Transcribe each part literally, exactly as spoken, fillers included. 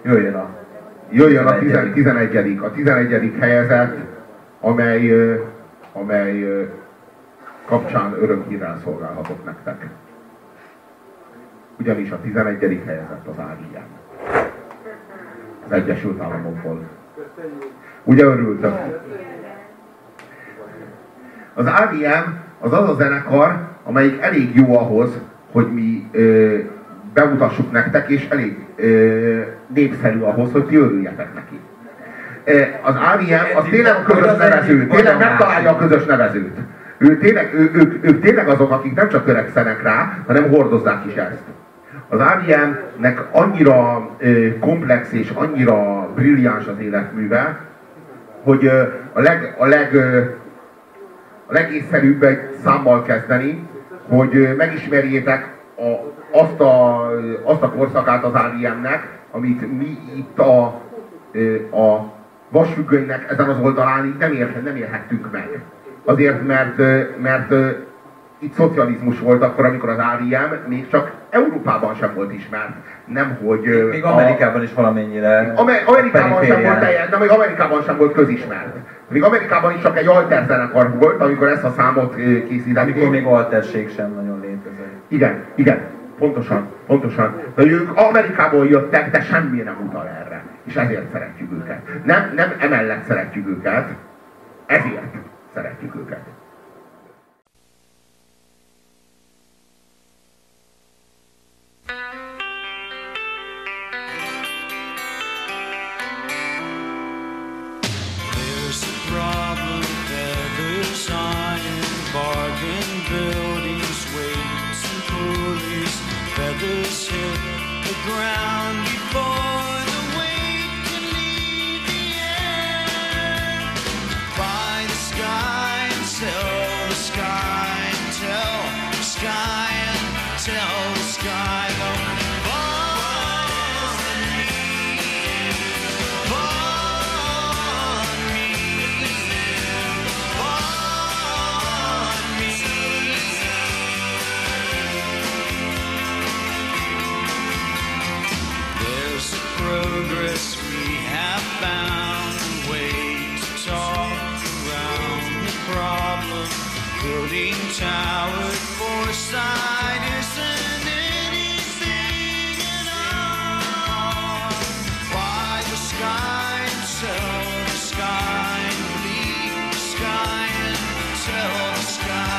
jöjjön a, jöjjön a tizenegyedik. A tizenegyedik helyezett, amely, amely kapcsán örökhírrel szolgálhatok nektek. Ugyanis a tizenegyedik helyezett az á vé em. Az Egyesült Államokból. Ugye örültök? Az á vé em az az a zenekar, amelyik elég jó ahhoz, hogy mi ö, bemutassuk nektek, és elég ö, népszerű ahhoz, hogy ti örüljetek neki. Az á vé em az tényleg a közös nevező, tényleg megtalálja a közös nevezőt. Ő tényleg, ő, ők, ők tényleg azok, akik nem csak törekszenek rá, hanem hordozzák is ezt. Az á vé em-nek annyira ö, komplex és annyira brilliáns az életműve, hogy ö, a, leg, a, leg, ö, a legészszerűbb egy számmal kezdeni, hogy ö, megismerjétek a, azt, a, azt a korszakát az á vé em-nek, amit mi itt a, ö, a vasfüggönynek ezen az oldalán így nem, ér, nem érhettünk meg. Azért, mert, mert itt szocializmus volt akkor, amikor az á vé em még csak Európában sem volt ismert. Nem, hogy... Még Amerikában a, is valamennyire... Amerikában sem volt teljes, de még Amerikában sem volt közismert. Még Amerikában is csak egy alter zenekar volt, amikor ezt a számot készítették. Amikor még alterség sem nagyon létezett. Igen, igen, pontosan, pontosan. De ők Amerikából jöttek, de semmi nem utal erre. És ezért szeretjük őket. Nem, nem emellett szeretjük őket, ezért szeretjük őket. There's a problem, feathers on bargain buildings, weights and pulleys, feathers hit the ground before the weight can leave the air. By the sky and tell the sky and tell the sky and tell the sky the progress we have found a way to talk around the problem. Building tower foresight isn't anything at all. Why the sky and tell the sky and leave the sky and tell the sky.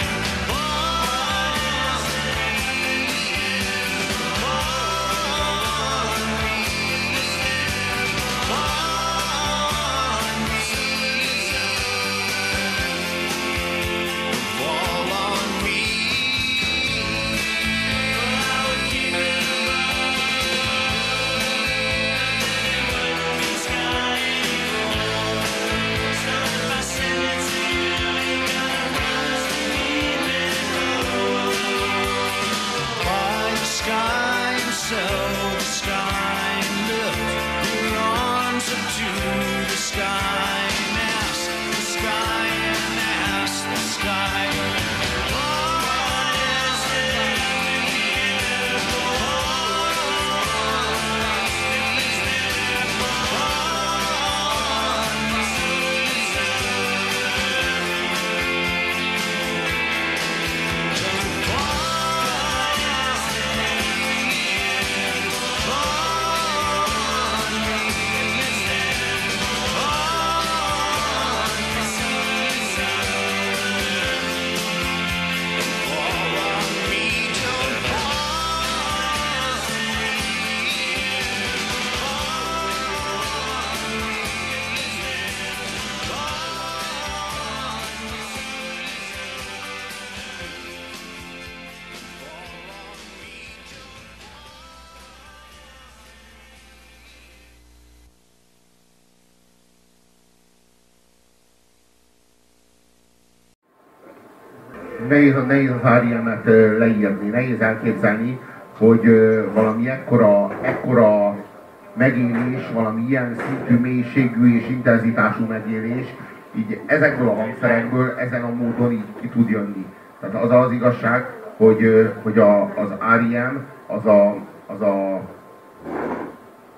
Nehéz, nehéz az á vé em-et leírni, nehéz elképzelni, hogy valami ekkora, ekkora megélés, valami ilyen szintű, mélységű és intenzitású megélés, így ezekből a hangszerekből ezen a módon így ki tud jönni. Tehát az az igazság, hogy, hogy a, az á vé em az a, az a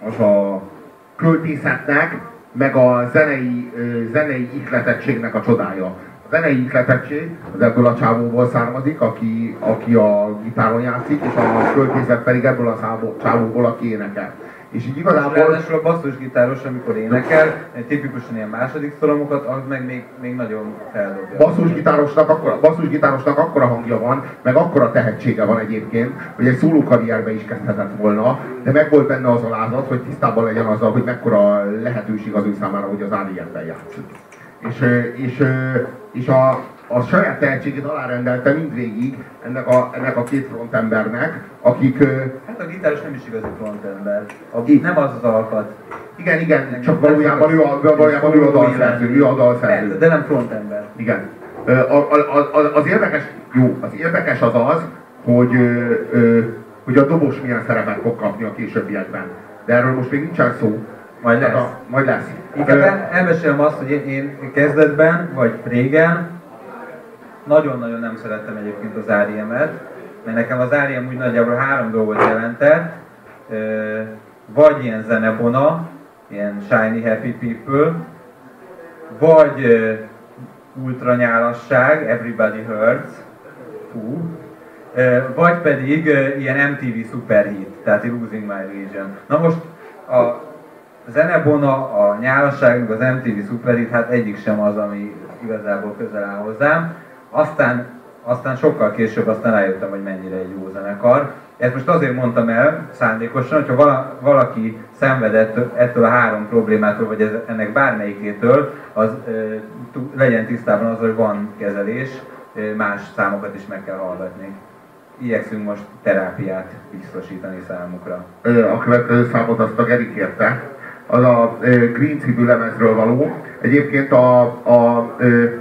az a költészetnek, meg a zenei, zenei ihletettségnek a csodája. A zenei ihletettség az ebből a csávóból származik, aki, aki a gitáron játszik, és a költészet pedig ebből a csávóból, aki énekel. És így igazából... Ráadásul a basszusgitáros, amikor énekel, tipikusan ilyen második szólamokat, az meg még, még nagyon feldobja. Basszusgitárosnak akkora, basszusgitárosnak akkora hangja van, meg akkora tehetsége van egyébként, hogy egy szólókarrierbe is kezdhetett volna, de meg volt benne az alázat, hogy tisztában legyen azzal, hogy mekkora lehetőség az ő számára, hogy az er i em-ben játszik. És, és, és a, a saját tehetségét alárendelte mindvégig ennek a, ennek a két frontembernek, akik... Hát a gitáros nem is igazi frontember. Így. Nem az az alkat. Igen, igen, csak valójában ő a, valójában ő a dalszerző, ő a dalszerző. De nem frontember. Igen. A, a, a, az érdekes, jó, az érdekes az az, hogy, hogy a dobos milyen szerepet fog kapni a későbbiekben. De erről most még nincsen szó. Majd lesz. A, majd lesz. Inkább el, elmesélem azt, hogy én, én kezdetben, vagy régen nagyon-nagyon nem szerettem egyébként az er i em-et, mert nekem az er i em úgy nagyjából három dolgot jelentett, vagy ilyen zenebona, ilyen shiny happy people, vagy ultranyálasság, everybody hurts, fú, vagy pedig ilyen em té vé superhit, tehát Losing My Religion. Na most a zenebona, a nyálasság, az em té vé superhit, hát egyik sem az, ami igazából közel áll hozzám. Aztán, aztán sokkal később aztán rájöttem, hogy mennyire egy jó zenekar. Ezt most azért mondtam el szándékosan, hogyha vala, valaki szenvedett ettől a három problémától, vagy ez, ennek bármelyikétől, az e, legyen tisztában az, hogy van kezelés, e, más számokat is meg kell hallgatni. Igyekszünk most terápiát biztosítani számukra. A következő számot azt a Geri kérte. Az a Green című lemezről való. Egyébként a, a, a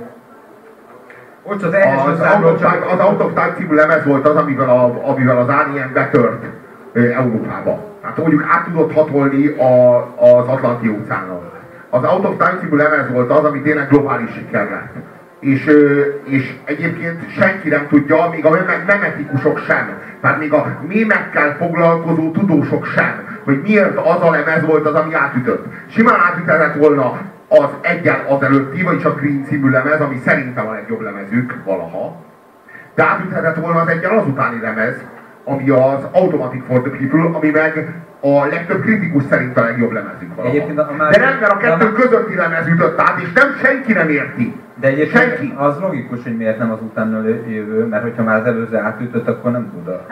Ott az, az, az, csak... az Out of Time című lemez volt az, amivel, a, amivel az er i em betört Európába. Tehát mondjuk át tudott hatolni a, az Atlanti óceánon. Az Out of Time című lemez volt az, ami tényleg globális siker lett. És, és egyébként senki nem tudja, még a memetikusok sem, tehát még a mémekkel foglalkozó tudósok sem, hogy miért az a lemez volt az, ami átütött. Simán átüthetett volna az egyen az előtti, vagyis a Green című lemez, ami szerintem a legjobb lemezük valaha, de átüthetett volna az egyen az utáni lemez, ami az Automatic for the People, ami meg a legtöbb kritikus szerint a legjobb lemezük valaha. De nem, mert a kettő közötti lemez ütött át, és nem, senki nem érti. De egyébként senki. Az logikus, hogy miért nem az utána jövő, mert hogyha már az előző átütött, akkor nem tud az.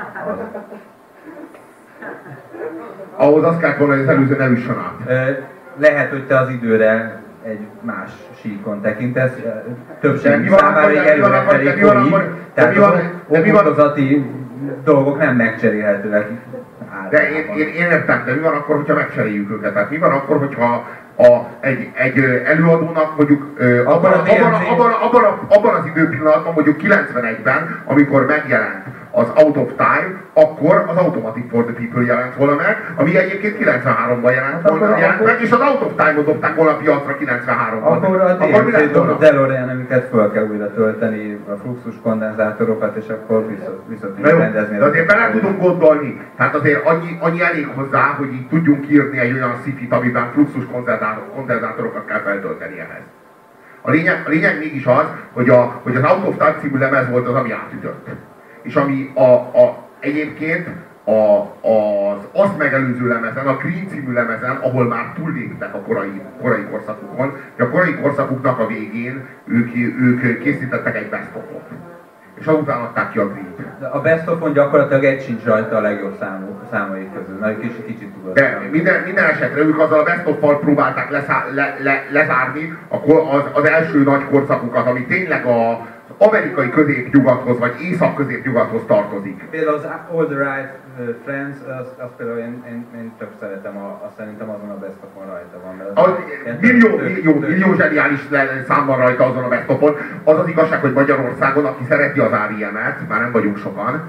Ahhoz azt kell volna, hogy az előző ne üssön át. Lehet, hogy te az időre egy más síkon tekintesz, többség számára egy előrefelé folyik, tehát az okozati dolgok nem megcserélhetőek. De én, én, én értem, de mi van akkor, hogyha megcseréljük őket? Tehát mi van akkor, hogyha a, egy, egy előadónak mondjuk abban, abban, abban, abban, abban, abban az időpillanatban, mondjuk kilencvenegyben, amikor megjelent az Out of Time, akkor az Automatic for the People jelent volna meg, ami egyébként kilencvenháromban jelent hát volna akkor, jelent akkor, meg, és az Out of Time-ot dobták volna a piacra kilencvenháromban. Akkor a dé em cé DeLorean, amiket föl kell újra tölteni, a fluxus kondenzátorokat, és akkor vissza tudjuk rendezni. De azért bele tudunk gondolni. Tehát azért annyi, annyi elég hozzá, hogy így tudjunk írni egy olyan szifit, amiben fluxus kondenzátorokat kell feltölteni ehhez. A lényeg, a lényeg mégis az, hogy, a, hogy az Out of Time című lemez volt az, ami átütött. És ami a, a, egyébként a, az azt megelőző lemezen, a Green című lemezen, ahol már túlléptek a korai, korai korszakukon, hogy a korai korszakuknak a végén ők, ők készítettek egy best-of-ot. És azután adták ki a Green-t. A best-of-on gyakorlatilag egy sincs rajta a legjobb számú, számaik közül, mert kicsit, kicsit tudod. De minden, minden esetre ők azzal a best-of-val próbálták leszá, le, le, lezárni az, az első nagy korszakukat, ami tényleg a amerikai középnyugathoz, vagy észak-középnyugathoz tartozik. Például az All the Right Friends, az, az például én, én, én csak szeretem, a, azt szerintem azon a best-of-on rajta van. Mert az az millió, millió, millió zseniális szám van rajta azon a best-of-on. Az az igazság, hogy Magyarországon, aki szereti az er i em-et, már nem vagyunk sokan,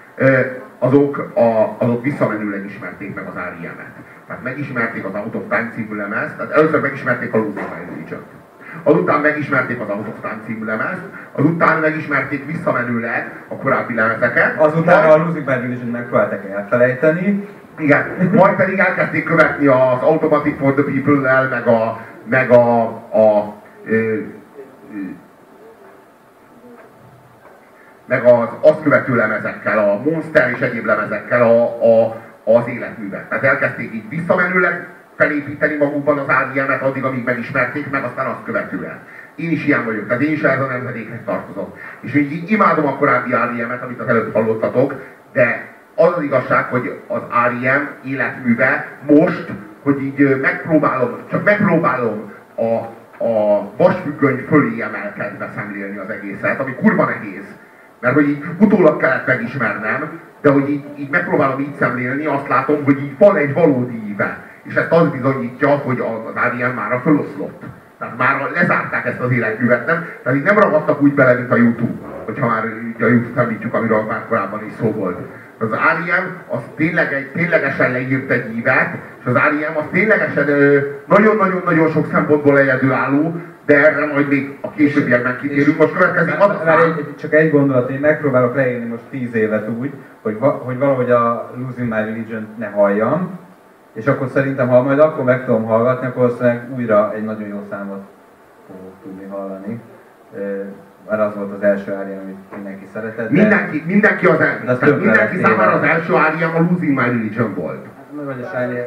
azok, a, azok visszamenőleg ismerték meg az er i em-et. Tehát megismerték az Out of Time című lemezt, tehát először megismerték a Losing My Religion-t. Azután megismerték az Out of Time című lemezt, azután megismerték visszamenőleg a korábbi lemezeket. Azután a Losing My Religion megpróbálták elfelejteni, Igen, majd pedig elkezdték követni az Automatic for the People-lel, meg a, meg a, a ö, ö, meg az azt követő lemezekkel, a Monster és egyéb lemezekkel a, a, az életművet. Tehát elkezdték így visszamenőleg felépíteni magukban az á dé em-et addig, amíg megismerték, meg aztán azt követően. Én is ilyen vagyok, tehát én is ez a nemzedékhez tartozok. És még így imádom a korábbi á dé em-et, amit az előtt hallottatok, de az az igazság, hogy az á dé em életműve most, hogy így megpróbálom, csak megpróbálom a, a vasfüggöny fölé emelkedve szemlélni az egészet, ami kurva nehéz. Mert hogy így utólag kellett megismernem, de hogy így, így megpróbálom így szemlélni, azt látom, hogy így van egy valódi íve. És ezt az bizonyítja, hogy az á dé em már a föloszlott. Tehát már lezárták ezt az életművet, nem? Tehát így nem ragadtak úgy bele, mint a YouTube, hogyha már a YouTube említjük, amiről már korábban is szó volt. Az á dé em az tényleg egy, ténylegesen leírt egy ívet, és az á dé em az ténylegesen nagyon-nagyon-nagyon sok szempontból egyedülálló, de erre majd még a későbbiekben kitérünk. Most következik az a egy, Csak egy gondolat, én megpróbálok leírni most tíz évet úgy, hogy, va, hogy valahogy a Losing My Religion-t ne halljam, és akkor szerintem, ha majd akkor meg tudom hallgatni, akkor valószínűleg újra egy nagyon jó számot fogok tudni hallani. Mert az volt az első á dé em, amit mindenki szeretett. De... Mindenki, mindenki, az el, tehát mindenki számára az első á dé em a Losing My Religion volt. Hát, vagy a Shiny...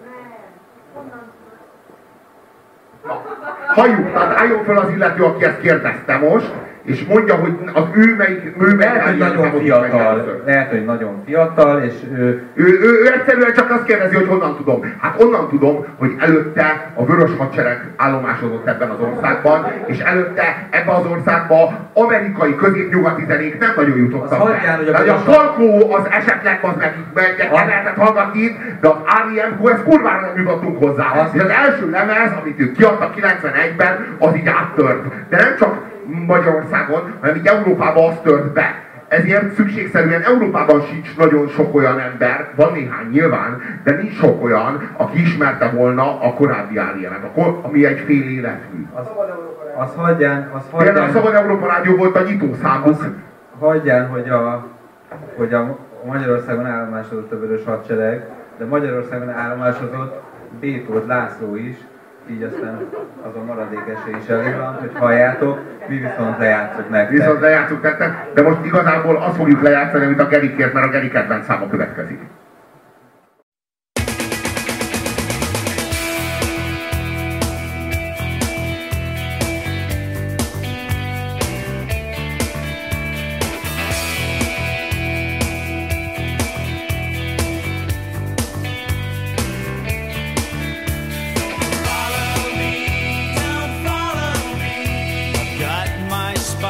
Halljuk, tehát álljon fel az illető, aki ezt kérdezte most, és mondja, hogy az ő melyik... Ő lehet, hogy nagyon fiatal, lehet, hogy nagyon fiatal, és ő... Ő, ő, ő egyszerűen csak azt kérdezi, hogy honnan tudom. Hát onnan tudom, hogy előtte a Vörös Hadsereg állomásodott ebben az országban, és előtte ebben az országban amerikai középnyugati zenék nem nagyon jutottak be. Hagyján, hogy a, a Falkó az esetleg az meg meg lehetett hallgatni, de az á dé em-hoz ezt kurvára nem jutottunk hozzá. Az, és az első lemez, amit ők kiadtak kilencvenegyben, az így áttört. De nem csak Magyarországon, hanem így Európában az tört be. Ezért szükségszerűen Európában sincs nagyon sok olyan ember, van néhány nyilván, de nincs sok olyan, aki ismerte volna a korábbi á dé em-et, ami egy fél életmű. Az, az hagyján, az hagyján... Például a Szabad Európa Rádió volt a nyitószámuk. Hagyján, hogy a, hogy a Magyarországon állomásodott a Vörös Hadsereg, de Magyarországon állomásodott Bétót László is, így aztán azon maradék esély is elég van, hogy halljátok, mi viszont lejátszunk nektek. Viszont lejátszunk nektek, de most igazából azt fogjuk lejátszani, amit a Gerikért, mert a Geri kedvenc száma következik.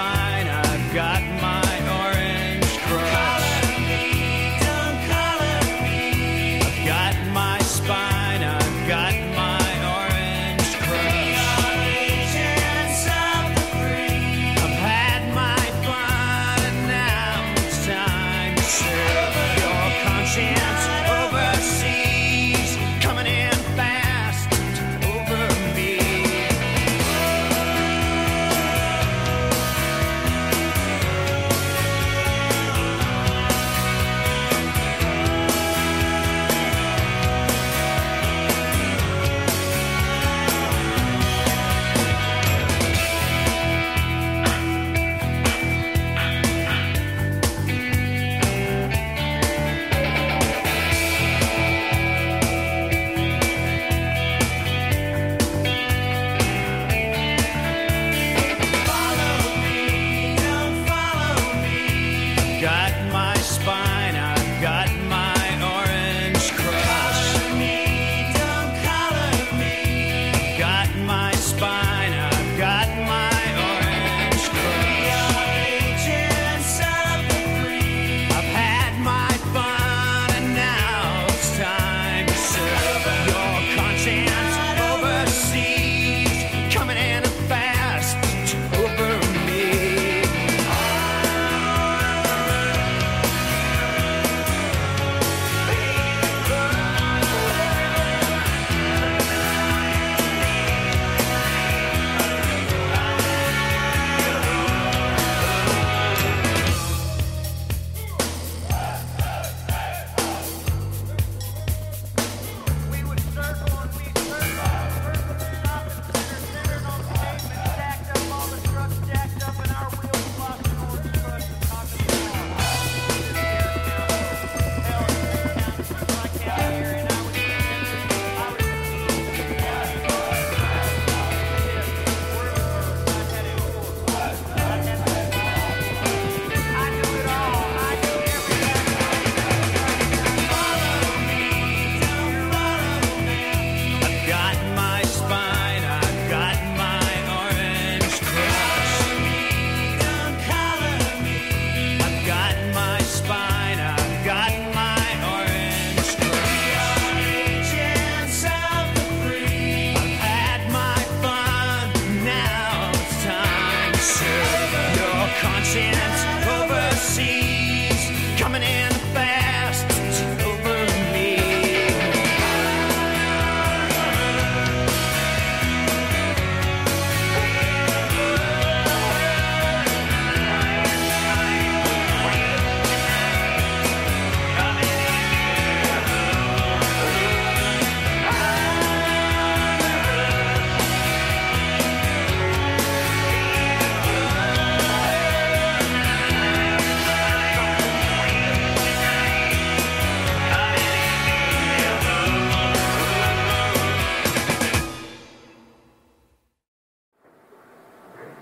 Got my orange crush. Color me, don't color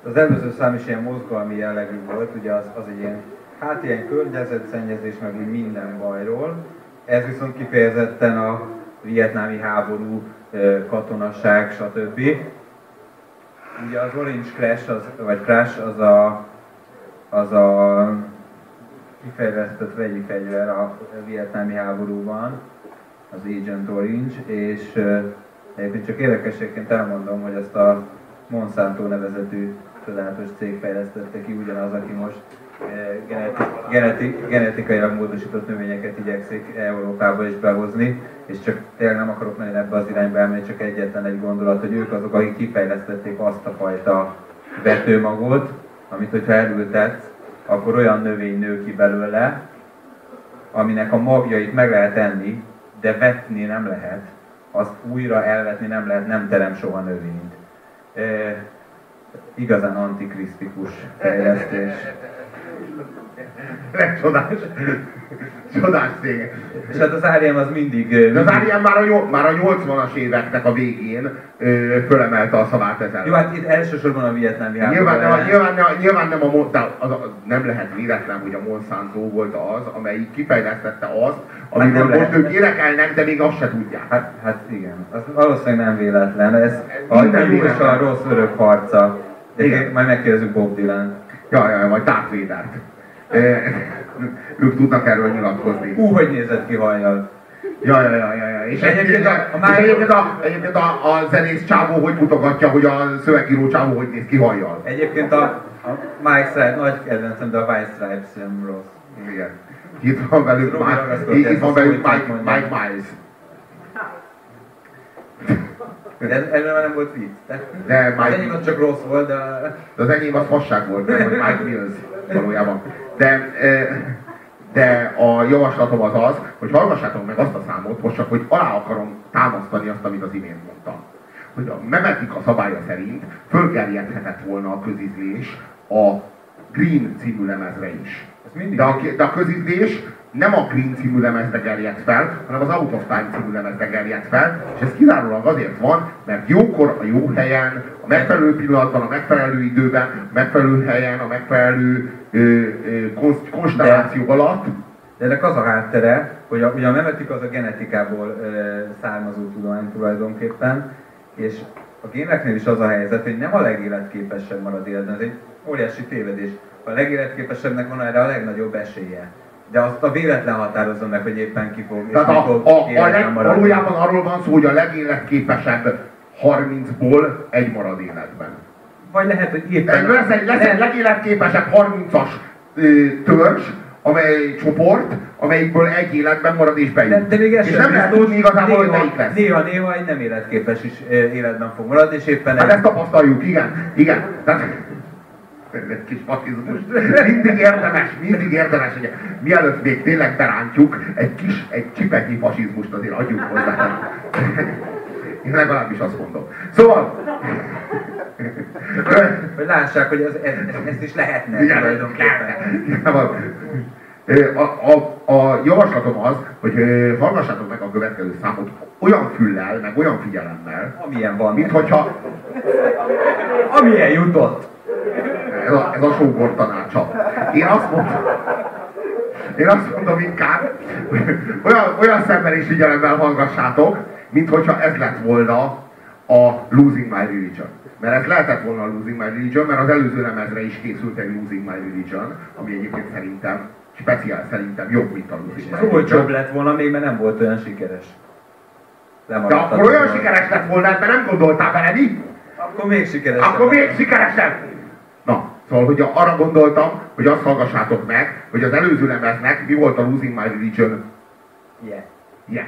Az előző szám is ilyen mozgalmi jellegű volt, ugye az, az egy ilyen, hát ilyen környezetszennyezés, meg úgy minden bajról. Ez viszont kifejezetten a vietnámi háború, katonasság, stb. Ugye az Orange Crash, az, vagy Crash, az a, az a kifejlesztett vegyi fegyver a vietnámi háborúban, az Agent Orange, és egyébként csak érdekességként elmondom, hogy ezt a Monsanto nevezetű csodálatos cég fejlesztette ki, ugyanaz, aki most geneti, geneti, genetikailag módosított növényeket igyekszik Európába is behozni, és csak tényleg nem akarok nagyon ebbe az irányba elmenni, csak egyetlen egy gondolat, hogy ők azok, akik kifejlesztették azt a fajta vetőmagot, amit hogyha elültetsz, akkor olyan növény nő ki belőle, aminek a magjait meg lehet enni, de vetni nem lehet, azt újra elvetni nem lehet, nem terem soha növényt. E, igazán antikrisztikus fejlesztés. Csodás, csodás cég. És hát az á er em az mindig... De az á er em már a, már a nyolcvanas éveknek a végén ö, fölemelte a szavát ezzel. Jó, hát itt elsősorban a vietnámi háború. Nyilván, nem, nyilván, nem, nyilván nem, a, de az, az nem lehet véletlen, hogy a Monsanto volt az, amelyik kifejlesztette azt, amiről hát most ők énekelnek, de még azt se tudják. Hát, hát igen, az valószínűleg nem véletlen. Ez a jó és a rossz örök harca. De igen. Majd megkérdezzük Bob Dylan. Ja, ja, vagy Darth Vadert. Ők tudnak erről nyilatkozni. Hú, hogy nézett ki hajjal. Ja, ja, ja, ja, ja. És egyébként a, a, és egyébként a, egyébként a, a zenész csávó hogy mutogatja, hogy a szövegíró csávó hogy néz ki hajjal. Egyébként a, a Mike Stripes, nagy kedvencem, de a White Stripes sem rossz. Igen. Itt van velük, Mike, itt van velük Mike, Mike Miles. De ez, erről már nem volt vicc. De az enyém az csak rossz volt, de... de az enyém az fasság volt, nem, hogy Mike Mills valójában. De, de a javaslatom az az, hogy hallgassátok meg azt a számot, most csak, hogy alá akarom támasztani azt, amit az imént mondtam. Hogy a Memetika szabálya szerint fölgerjedhetett volna a közizlés a Green című lemezre is. De a, de a közizlés nem a Green című lemezre gerjedt fel, hanem az Out of Time című lemezre gerjedt fel, és ez kizárólag azért van, mert jókor, a jó helyen, a megfelelő pillanatban, a megfelelő időben, a megfelelő helyen, a megfelelő ö, ö, konst, konstelláció de, alatt. De ennek az a háttere, hogy a, ugye a memetika az a genetikából ö, származó tudomány tulajdonképpen, és a géneknél is az a helyzet, hogy nem a legéletképesebb marad életben, ez egy óriási tévedés. A legéletképesebbnek van erre a legnagyobb esélye. De azt a véletlen határozza meg, hogy éppen ki fog, és a, mi fog a, a leg, maradni. Valójában arról van szó, hogy a legéletképesebb harmincból egy marad életben. Vagy lehet, hogy éppen... Lesz egy, lesz egy legéletképesebb harmincas törzs, amely csoport, amelyikből egy életben marad és bejut. De, de még ez és nem lehet tudni igazából, néha, hogy melyik lesz. Néha, néha egy nem életképes is életben fog maradni, és éppen... Hát egy... ezt tapasztaljuk, igen, igen. Tehát, egy kis fasizmus. Mindig érdemes, mindig érdemes, hogy mielőtt még tényleg berántjuk, egy kis, egy csipetnyi fasizmust azért adjunk hozzá. Én legalábbis azt mondom. Szóval... hogy lássák, hogy ez, ez, ezt is lehetne igen, tulajdonképpen. A, a, a javaslatom az, hogy hallgassátok meg a következő számot olyan füllel, meg olyan figyelemmel, amilyen van. Mint hogyha... Amilyen jutott. Ez a, ez a sógor tanácsa. Én azt mondom, én azt mondom inkább, olyan, olyan szemmel és figyelemmel hallgassátok, mint hogyha ez lett volna a Losing My Religion. Mert ez lehetett volna a Losing My Religion, mert az előző lemezre is készült egy Losing My Religion, ami egyébként szerintem, speciál szerintem jobb, mint a Losing My Religion. Ez jobb lett volna még, mert nem volt olyan sikeres. De akkor olyan sikeres lett volna, mert nem gondoltál bele, mi? Akkor még sikeresebb. Akkor még sikeresebb! Na, szóval, hogy arra gondoltam, hogy azt hallgassátok meg, hogy az előző lemeznek mi volt a Losing My Religion. Yeah. Yeah.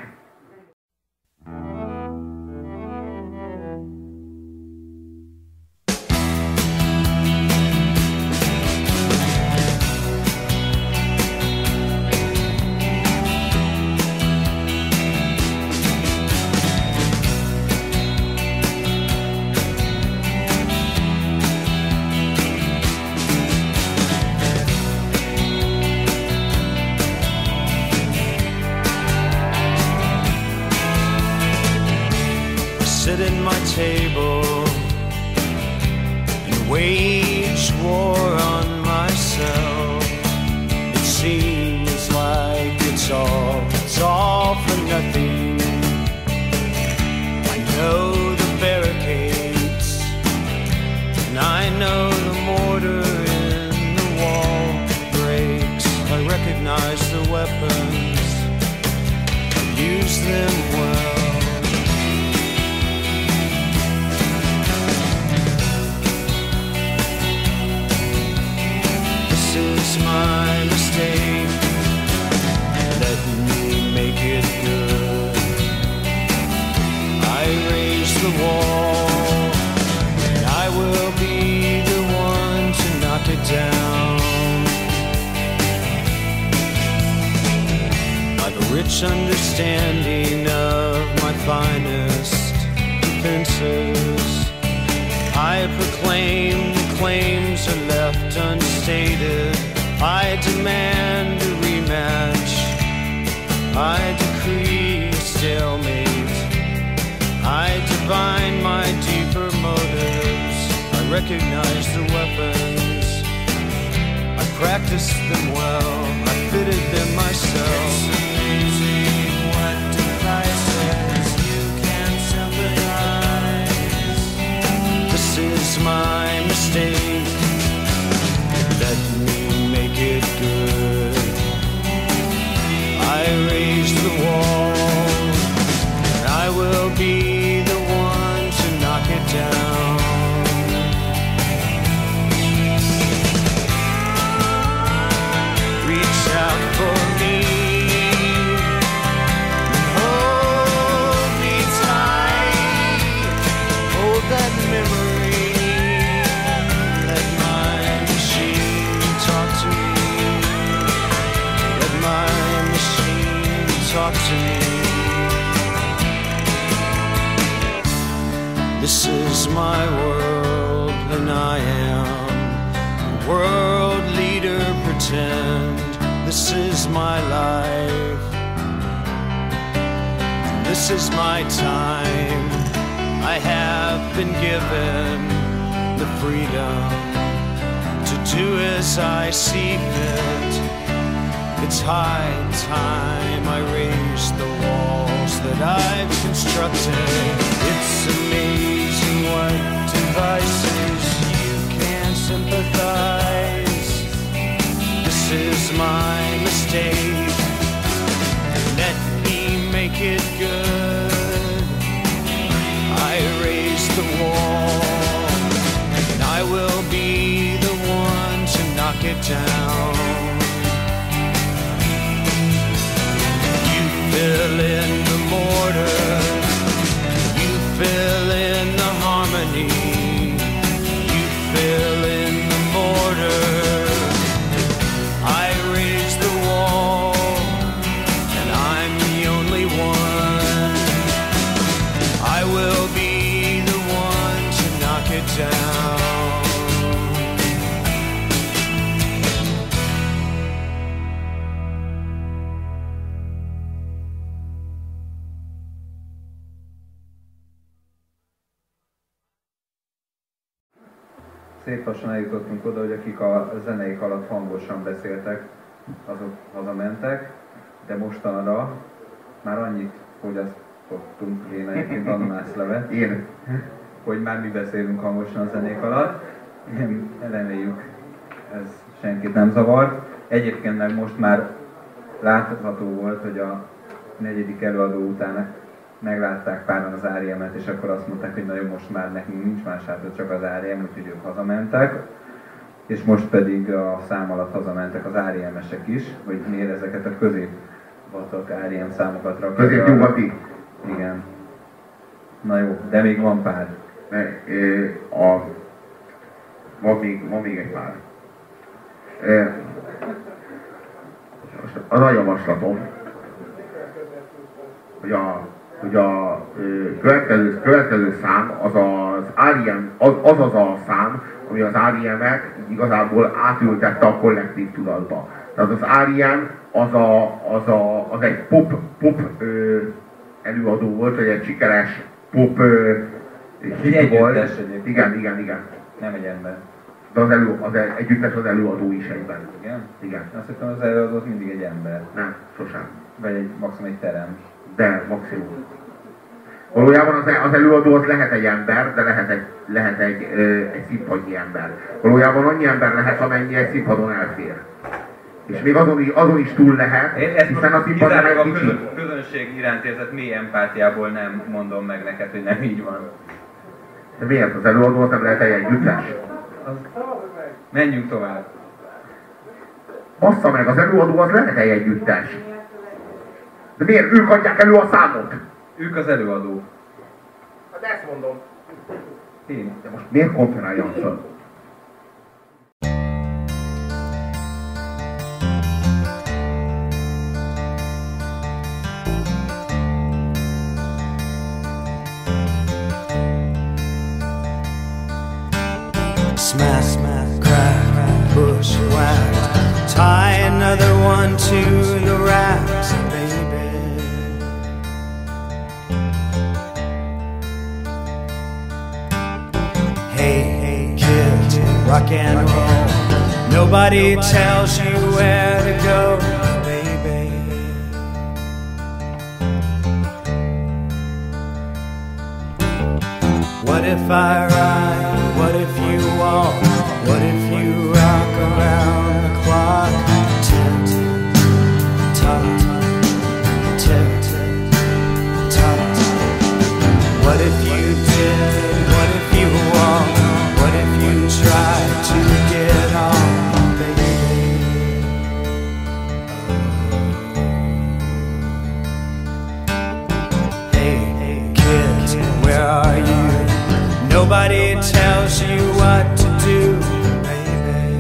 Sit in my table and wage war on myself. It seems like it's all, it's all for nothing. I know the barricades, and I know the mortar in the wall breaks. I recognize the weapons, I use them well. My mistake, let me make it good. I raise the wall, and I will be the one to knock it down. I've a rich understanding of my finest defenses. I proclaim the claims are left unstated. I demand a rematch, I decree a stalemate. I divine my deeper motives, I recognize the weapons, I practiced them well, I fitted them myself. It's amazing what devices you can sympathize. This is my mistake, let me make it good. I raise the wall, and I will be the one to knock it down. Reach out for me, and hold me tight. Hold that memory. Let my machine talk to me. Let my machine talk to me. This is my world, and I am a world leader. Pretend this is my life. This is my time. I have been given the freedom to do as I see fit. It's high time I raise the walls that I've constructed. It's amazing what devices you can sympathize. This is my mistake, let me make it good. I raise the wall, and I will be the one to knock it down. You fill in the mortar, you fill in the harmony, you fill in the mortar. I raise the wall, and I'm the only one. I will be the one to knock it down. Szép lassan eljutottunk oda, hogy akik a zeneik alatt hangosan beszéltek, azok hazamentek, de mostanra már annyit fogyasztottunk, én egyébként ananászlevet, Én. hogy már mi beszélünk hangosan a zenék alatt. Nem, reméljük, ez senkit nem zavart. Egyébként meg most már látható volt, hogy a negyedik előadó után meglátták páran az á er em-et, és akkor azt mondták, hogy na jó, most már nekünk nincs más hátra, csak az á er em, úgyhogy ők hazamentek. És most pedig a szám alatt hazamentek az á er em-esek is, hogy miért ezeket a középvatak á er em számokat rakják. Középnyugati. Igen. Na jó, de még van pár. Ne, a, van, még, van még egy pár. Az a javaslatom, hogy a, hogy a következő, következő szám az az á er em, az, az az a szám, ami az á er em-et igazából átültette a kollektív tudatba. Tehát az á er em az, a, az, a, az egy pop, pop ö, előadó volt, vagy egy sikeres pop ö, hit volt. Igen, igen, igen. Nem egy ember. De az, elő, az együttes az előadó is egyben. Igen? Igen. Azt hittem az előadó az mindig egy ember. Nem, sosem. Vagy egy maximum egy terem. De, maximum. Valójában az, az előadó az lehet egy ember, de lehet egy, lehet egy, ö, egy színpadnyi ember. Valójában annyi ember lehet, amennyi egy színpadon elfér. És még azon is, azon is túl lehet, Én hiszen a színpad nem egy a kicsi. közön, közönség iránt érzett mély empátiából nem mondom meg neked, hogy nem így van. De miért? Az előadó az nem lehet egy együttes? Az... Menjünk tovább. Bassza meg, az előadó az lehet egy együttes. De miért? Ők adják elő a számot. Ők az előadó. Hát ezt mondom. Én. De most miért konferáljan föl? Smack, smack, crack, bushwhacked. Tie another one to the racks, baby. Hey, hey, kids, rock and roll. Nobody tells you where to go, baby. What if I ride? What if you walk? What if you rock around the clock? Tick, tock, tick, tock. What if you did? What if you walk? What if you try to get on, baby? Hey, hey, kids, where are you? Nobody tells you what to do, baby.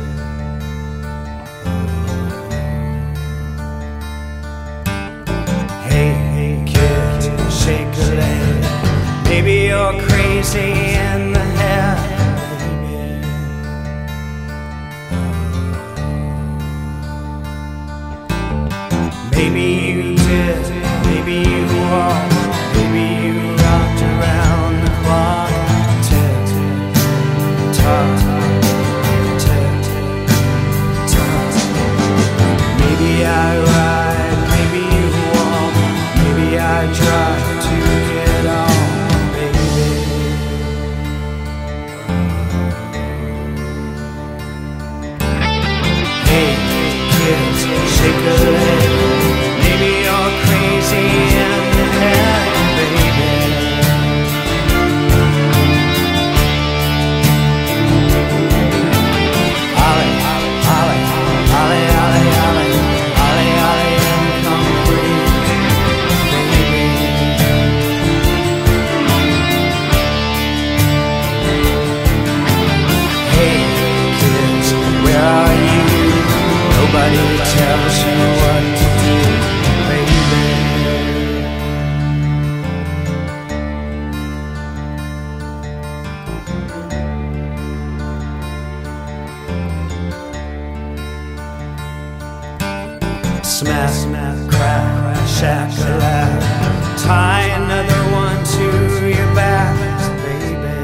Hey, hey, kid, shake a leg. Maybe you're crazy in the head, baby. Maybe you did, maybe you won't. Maybe you rocked around the clock. Maybe I ride, maybe you walk, maybe I try to get on, baby. Hey, kids, shake a leg. Maybe you're crazy in the head, baby. Ollie, Ollie, Ollie, Ollie, Ollie, Ollie, Ollie, and come free, baby. Hey, kids, where are you? Nobody tells you what to do, baby. Smack, smack, crack, shack-a-lack. Tie another one to your back, baby.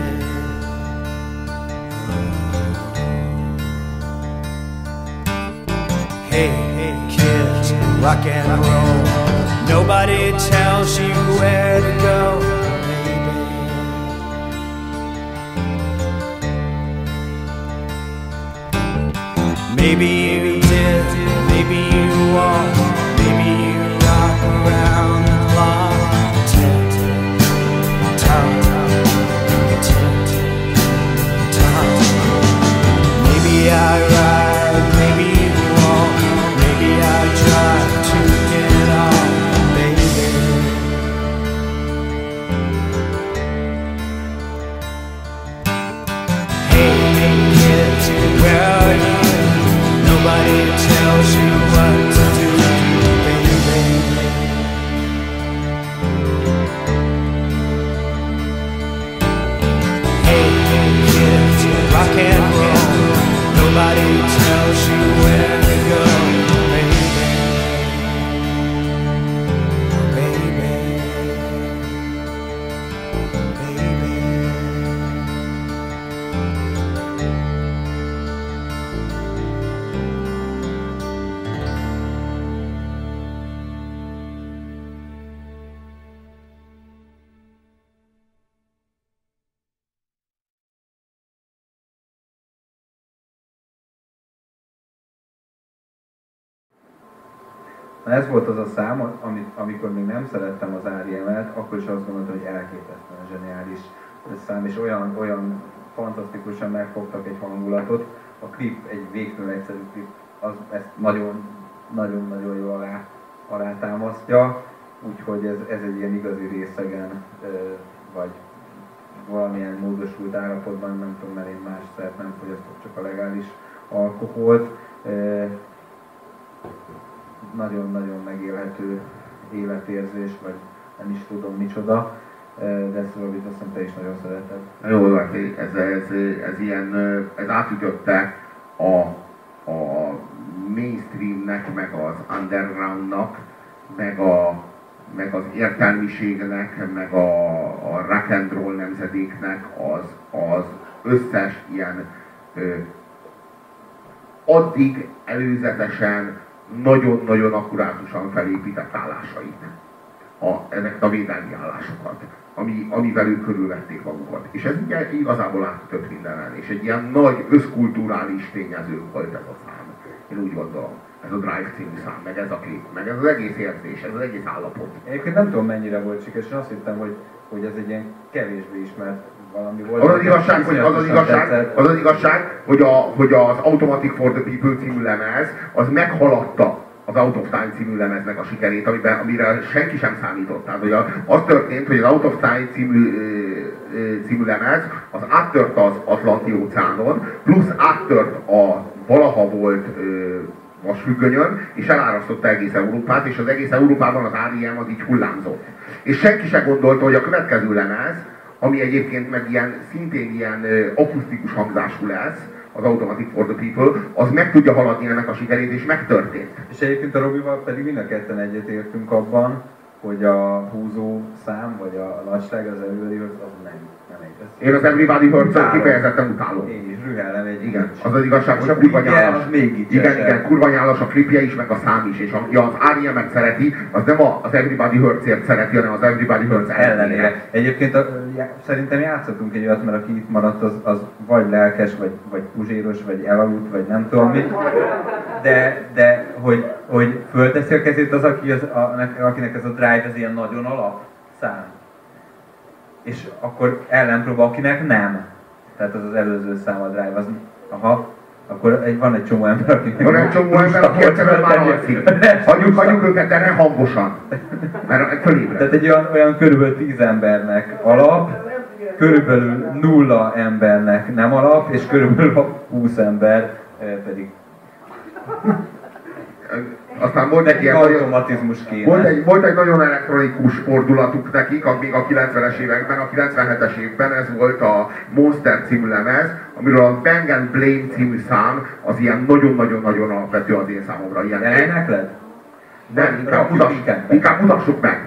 Hey, hey, kids, rock and roll. Nobody tells you where to go, baby. Maybe you did, maybe you won't. Maybe you rock around the clock. Tick, tock, tick, tock. Maybe I ride, maybe you won't. Maybe I try to get on, baby. Hey, hey, kids, where are you? Nobody tells you what to do, baby. Hey, hey, kids, rock and roll. Nobody tells you where to go, baby. Baby, baby. Na ez volt az a szám, amit, amikor még nem szerettem az er i em-et, akkor is azt gondoltam, hogy elképesztően zseniális szám, és olyan, olyan fantasztikusan megfogtak egy hangulatot. A klip egy végtelen egyszerű klip, az ezt nagyon-nagyon jól alá, alátámasztja, úgyhogy ez, ez egy ilyen igazi részegen, vagy valamilyen módosult állapotban, nem tudom, mert én más szert nem fogyasztok, csak a legális alkoholt. Nagyon-nagyon megélhető életérzés, vagy nem is tudom micsoda, de ezt Robit azt hiszem te is nagyon szereted. Jó, ez, ez, ez, ilyen, ez átütötte a, a mainstreamnek, meg az undergroundnak, meg, a, meg az értelmiségnek, meg a, a rock and roll nemzedéknek az, az összes ilyen ö, addig előzetesen nagyon-nagyon akkurátusan felépített állásait, a, ezeket a védelmi állásokat, ami, amivel ők körülvették magukat. És ez ugye igazából átütött mindenen, és egy ilyen nagy összkulturális tényező volt ez a szám. Én úgy gondolom. Ez a Drive című szám, meg ez a klip, meg ez az egész érzés, ez az egész állapot. Egyébként nem tudom mennyire volt sikeres, és azt hittem, hogy, hogy ez egy ilyen kevésbé ismert valami volt. Az az igazság, hogy, az, az, igazság, az, az igazság hogy, a, hogy az Automatic for the People című lemez, az meghaladta az Out of Time című lemeznek a sikerét, amiben, amire senki sem számított. Tehát, hogy az történt, hogy az Out of Time című, című lemez, az áttört az Atlanti óceánon, plusz áttört a valaha volt vasfüggönyön, és elárasztotta egész Európát, és az egész Európában az er i em az így hullámzott. És senki se gondolta, hogy a következő lemez, ami egyébként meg ilyen, szintén ilyen akusztikus hangzású lesz, az Automatic for the People, az meg tudja haladni ennek a sikerét, és megtörtént. És egyébként a Robival pedig mind a ketten egyetértünk abban, hogy a húzó szám, vagy a nagyság, az Everybody Hurts, az nem, nem egy. Én az Everybody Hurts-ot kifejezetten utálom. Én is rühellem egy. Igen, az az igazság, hogy kurva nyálas. Igen, igen, kurva nyálas a klipje is, meg a szám is. És aki az er i em-et szereti, az nem az Everybody Hurts-ért szereti, hanem az Everybody Hurts ellenére. Egyébként a, já, szerintem játszottunk egy olyat, mert aki itt maradt, az, az vagy lelkes, vagy, vagy puzséros, vagy elaludt, vagy nem tudom mit. De, de hogy, hogy fölteszi a kezét az, aki az a, akinek ez a Drive, ez ilyen nagyon alap szám. És akkor ellenpróba, akinek nem. Tehát az az előző szám, a Drive, az, aha, akkor egy, van egy csomó ember, akinek... Van egy csomó ember, aki egyszerűen már alszik. Hagyjuk, hagyjuk őket, de ne hangosan. Mert fölébred. Tehát egy olyan, olyan körülbelül tíz embernek alap, körülbelül nulla embernek nem alap, és körülbelül húsz ember pedig... Aztán volt egy, ilyen automatizmus kéne. Volt egy, volt egy nagyon elektronikus fordulatuk nekik, még a kilencvenes években, a kilencvenhetes évben, ez volt a Monster című lemez, amiről a Bang and Blame című szám az ilyen nagyon-nagyon-nagyon alapvető az én számomra. Ilyen elénekled? Nem, inkább, mutass, inkább mutassuk meg.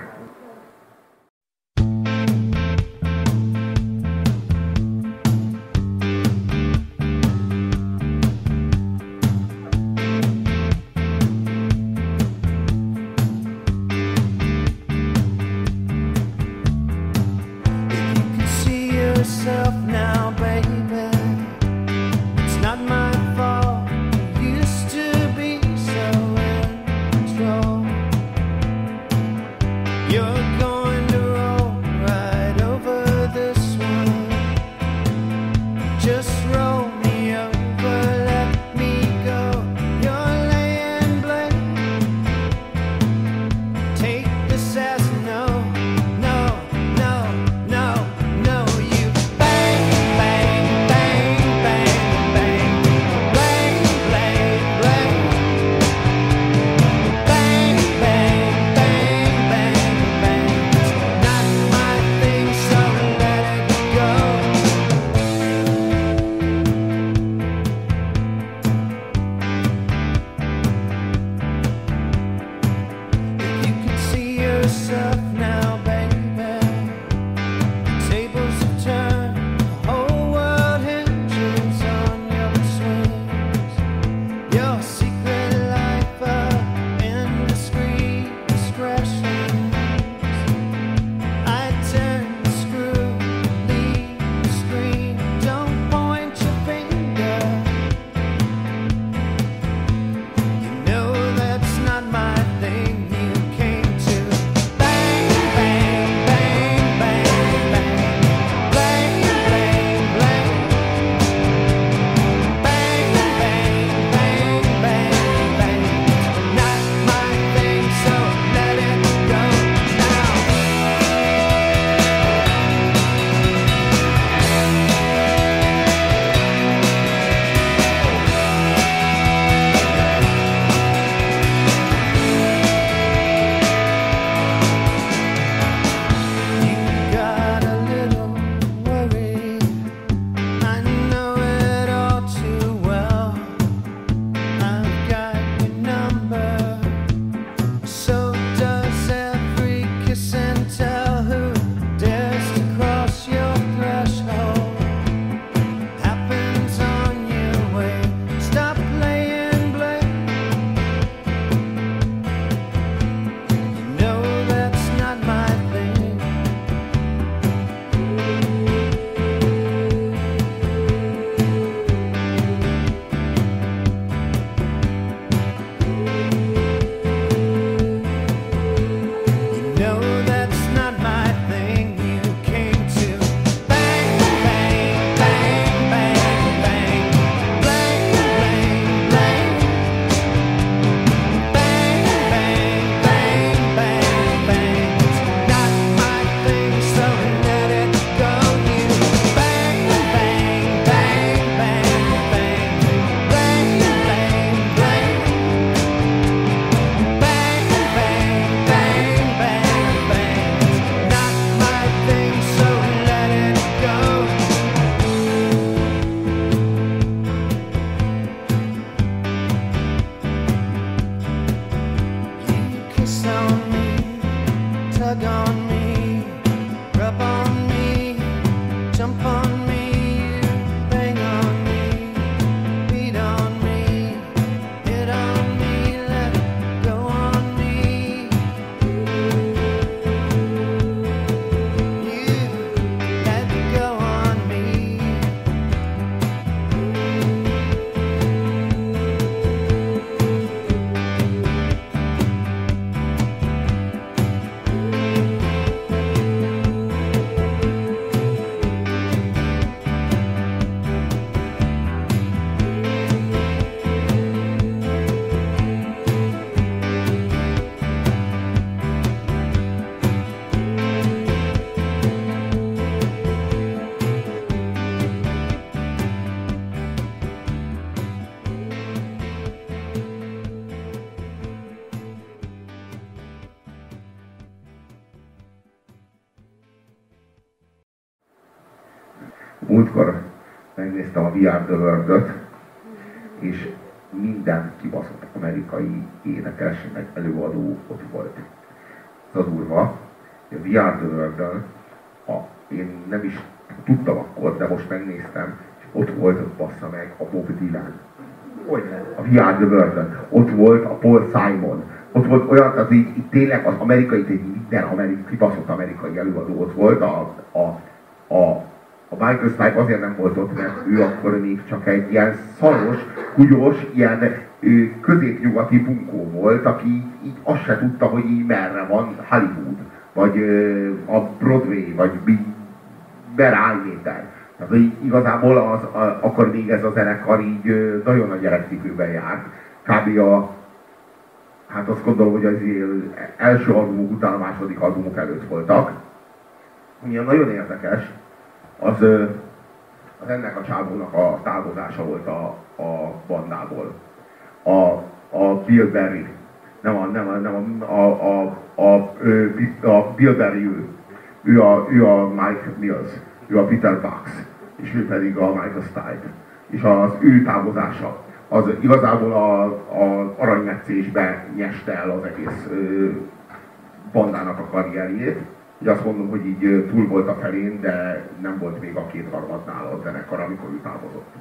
Múltkor megnéztem a We Are The World-öt, és minden kibaszott amerikai énekes, meg előadó ott volt. Ez a durva, hogy a We Are The World-ön, én nem is tudtam akkor, de most megnéztem, és ott volt, ott bassza meg a Bob Dylan. Hogyne? A We Are The World-ön. Ott volt a Paul Simon. Ott volt olyan, tehát így, így tényleg az amerikai, minden amerikai, kibaszott amerikai előadó ott volt. A, a, a, a Michael Stipe azért nem volt ott, mert ő akkor még csak egy ilyen szaros, húgyos, ilyen ő, középnyugati bunkó volt, aki így azt se tudta, hogy így merre van Hollywood, vagy ö, a Broadway, vagy merre állméter. Tehát így, igazából az, a, akkor még ez a zenekar így ö, nagyon nagy gyerekcipőben járt. Kb. A, hát azt gondolom, hogy az első albumok után a második albumok előtt voltak. Ami nagyon érdekes, az, az ennek a csávónak a távozása volt a, a bandából. A, a Bill Berry, nem a, nem a, nem a, a, a, a, a Bill Berry ő. Ő a, ő a Mike Mills, ő a Peter Bucks, és ő pedig a Michael Stipe. És az ő távozása, az igazából a, a aranymetszésbe nyeste el az egész ö, bandának a karrierjét. Így azt mondom, hogy így túl volt a felén, de nem volt még a kétharmadnál a zenekar, amikor ő távozott.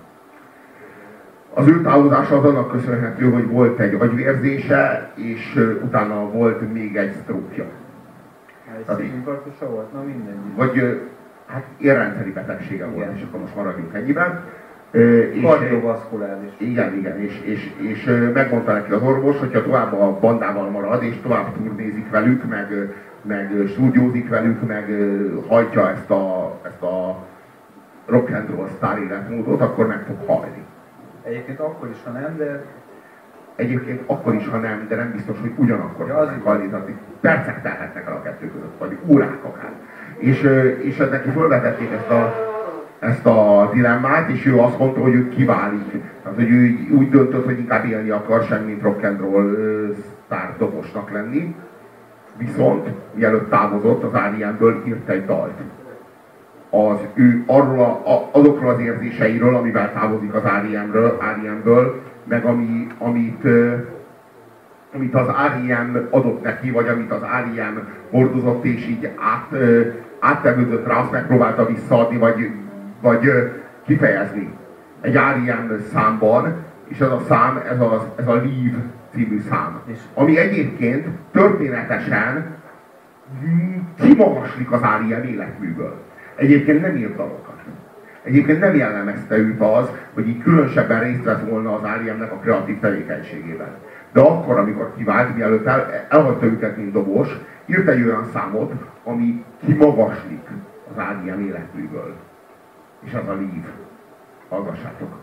Az ő távozása az annak köszönhető, hogy volt egy agyvérzése, és utána volt még egy sztrókja. Egy szívinfarktusa volt? Na mindegy. Vagy hát érrendszeri betegsége volt, igen. És akkor most maradjunk ennyiben. Kardiovaszkuláris. Igen, igen, és, és, és megmondta neki az orvos, hogyha tovább a bandával marad, és tovább turnézik velük, meg, meg stúdiózik velük, meg hajtja ezt a, ezt a rock and roll sztár életmódot, akkor meg fog halni. Egyébként akkor is, ha nem, de... Egyébként akkor is, ha nem, de nem biztos, hogy ugyanakkor ja, fognak halni, tehát percek telhetnek el a kettő között, vagy órák akár. És, és neki felvetették ezt a, ezt a dilemmát, és ő azt mondta, hogy ő kiválik. Tehát, hogy ő úgy döntött, hogy inkább élni akar, sem mint rock and roll sztár dobosnak lenni. Viszont, mielőtt távozott, az er e em-ből írt egy dalt. Az ő arról a, a, azokról az érzéseiről, amivel távozik az er e em-ről, er e em-ből, meg ami, amit, amit az er e em adott neki, vagy amit az er e em hordozott, és így át, áttevődött rá, azt megpróbálta visszaadni, vagy, vagy kifejezni egy er e em számban, és ez a szám, ez, az, ez a Leave című szám. Ami egyébként történetesen kimagaslik az er e em életműből. Egyébként nem írt dalokat. Egyébként nem jellemezte őt az, hogy így különösebben részt vett volna az er e em-nek a kreatív tevékenységében. De akkor, amikor kivált, mielőtt el, elhagyta őket, mint dobos, írt egy olyan számot, ami kimagaslik az er e em életműből. És az a Leave. Hallgassátok!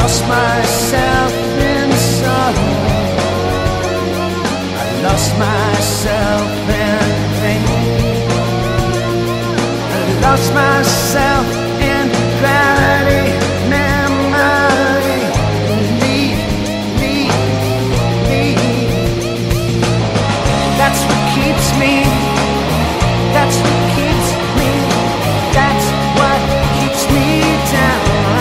lost myself in sorrow. I lost myself in pain. I lost myself in gravity, memory. Leave, leave, leave. That's what keeps me. That's what keeps me. That's what keeps me down.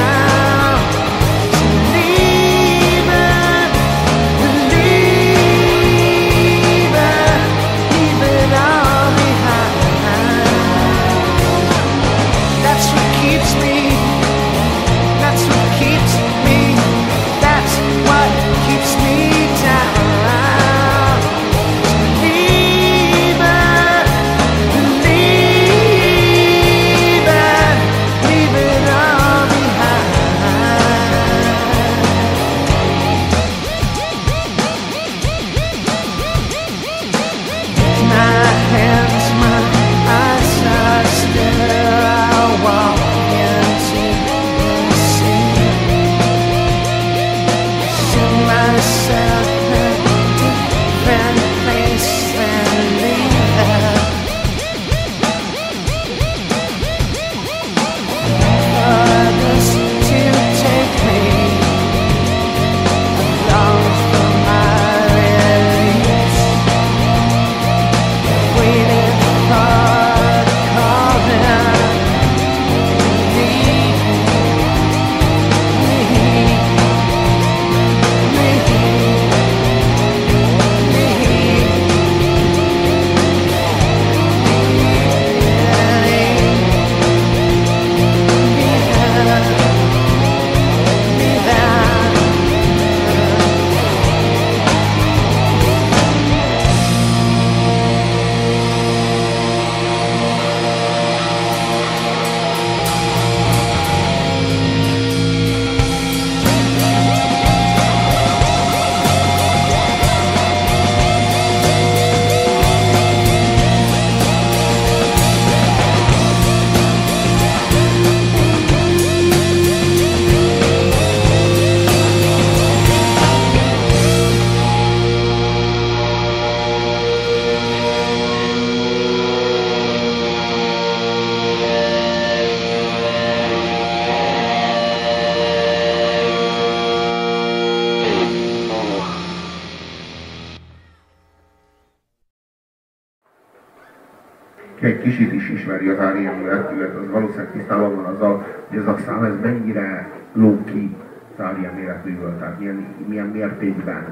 Egy kicsit is ismeri az er i em életűet, az valószínűleg tisztában van azzal, hogy ez a szám ez mennyire lóg ki az er i em életűből, tehát milyen, milyen mértékben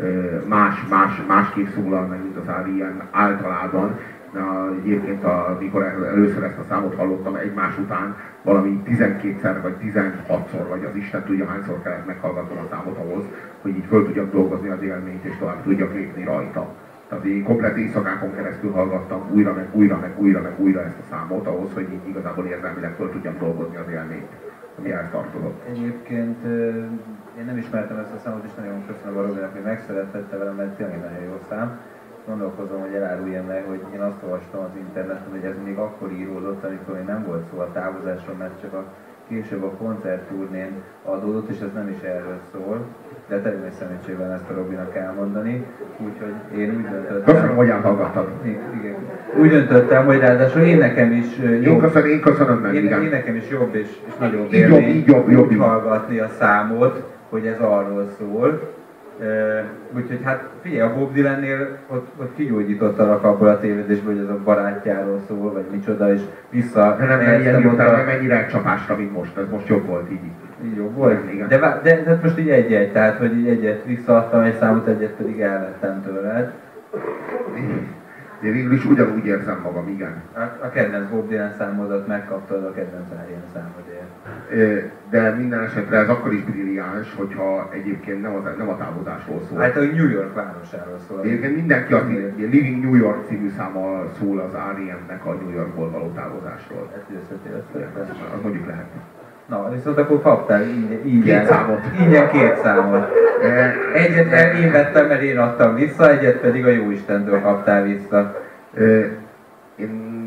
más, más, másképp szólal meg, mint az er i em általában. Na, egyébként, amikor először ezt a számot hallottam egymás után, valami tizenkétszer vagy tizenhatszor, vagy az Isten tudja hányszor kellett meghallgatnom a számot ahhoz, hogy így föl tudjak dolgozni az élményt, és tovább tudjak lépni rajta. Tehát én komplet éjszakákon keresztül hallgattam újra, meg újra, meg újra, meg újra ezt a számot ahhoz, hogy így igazából érzelmileg föl tudjam dolgozni az élményt, ami eltartozott. Egyébként én nem ismertem ezt a számot, és nagyon köszönöm a Robinak, hogy megszerettette velem, mert tényleg nagyon jó szám. Gondolkozom, hogy eláruljam meg, hogy én azt olvastam az interneten, hogy ez még akkor íródott, amikor még nem volt szó a távozásról, mert csak a később a koncertturnén adódott, és ez nem is erről szól. De természetesen ezt a Robinak elmondani, úgyhogy én úgy döntöttem... Köszönöm, hogy elhallgattad. Igen. Úgy döntöttem, hogy ráadásul én nekem is jobb... Én köszönöm, én köszönöm meg, én, igen. Én nekem is jobb és, és nagyobb így élmény jobb, jobb, jobb, úgy hallgatni a számot, hogy ez arról szól. Uh, úgyhogy hát figyelj, a Bob Dylannél ott, ott kigyógyítottalak abból a tévedésből, hogy ez a barátjáról szól, vagy micsoda, és vissza... De nem, nem ilyen jutottam, nem ennyire csapásra, mint most, ez most jobb volt így. Így jobb volt? Igen. De, de, de most így egy-egy, tehát hogy így egyet visszaadtam egy számot, egyet pedig elvettem tőled. Én végül is ugyanúgy érzem magam, igen. A, a kedvenc Bob Dylan számodat megkaptad a kedvenc er i em számodért. De minden esetre ez akkor is brilliáns, hogyha egyébként nem, az, nem a távozásról szól. Hát a New York városáról szól. Egyébként mindenki, a Living New York című száma szól az er i em-nek a New Yorkból való távozásról. Ezt összetér, az mondjuk lehet. Na, viszont akkor kaptál így, így két számot. Ingyen két számot. Egyet én vettem, mert én adtam vissza, egyet pedig a Jóistentől kaptál vissza. Én,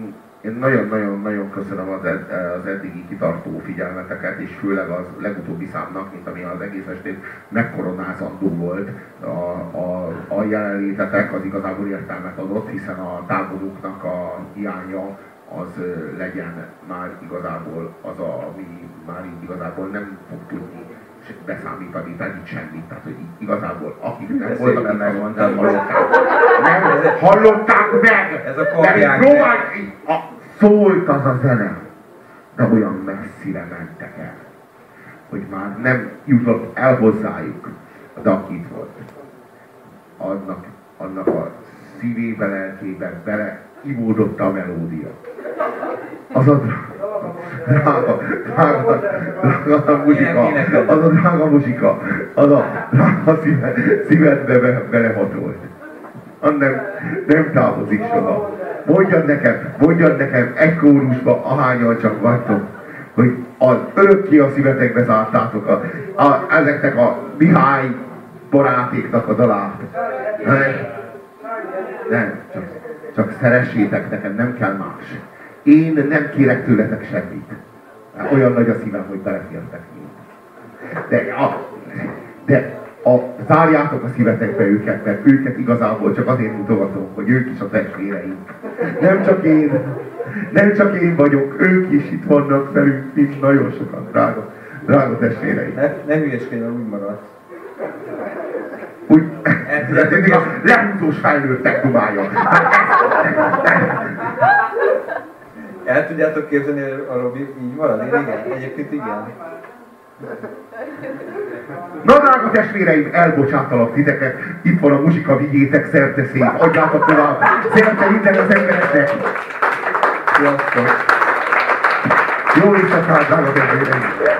én nagyon-nagyon-nagyon köszönöm az, ed, az eddigi kitartó figyelmeteket, és főleg az legutóbbi számnak, mint ami az egész estén megkoronázandó volt. A, a, a jelenlétetek az igazából értelmet adott, hiszen a táboruknak a hiánya az legyen már igazából az, a, ami már így igazából nem fog tudni beszámítani pedig semmit. Tehát, hogy igazából akik nem voltak, nem, nem hallották. Nem hallották meg! Ez a karják. Szólt az a zene, de olyan messzire mentek el, hogy már nem jutott el hozzájuk, de aki itt volt. Annak, annak a szívébe, lelkébe bele ivódott a melódia. Az a drága, drága, drága muzsika, az a drága muzsika, az a drága szívedbe be, belehatolt. Nem, nem távozik soha. Mondjad nekem, mondjad nekem egy kórusba, ahányan csak vagytok, hogy az örökké a szívetekbe zártátok a, a, ezeknek a Mihály barátéknak a dalát. Nem, nem csak, csak szeressétek nekem, nem kell más. Én nem kérek tőletek semmit. Olyan nagy a szívem, hogy belefértek mind. De, a, de a, zárjátok a szívetekbe őket, mert őket igazából csak azért mutogatom, hogy ők is a testvéreink. Nem csak én, nem csak én vagyok, ők is itt vannak velünk, mint nagyon sokan, drága, drága testvéreink. Ne, ne hülyeskedj, úgy maradsz. Úgy, ez a lehúzós felnőttek dumája. El tudjátok képzelni, hogy a Robi így marad? Én igen, egyébként igen. Na, drága testvéreim, elbocsátalak titeket, itt van a muzsika, vigyétek szerte szét, adjátok tovább, szerte minden az embereknek. Sziasztok! Jó éjszakát, drága testvéreim!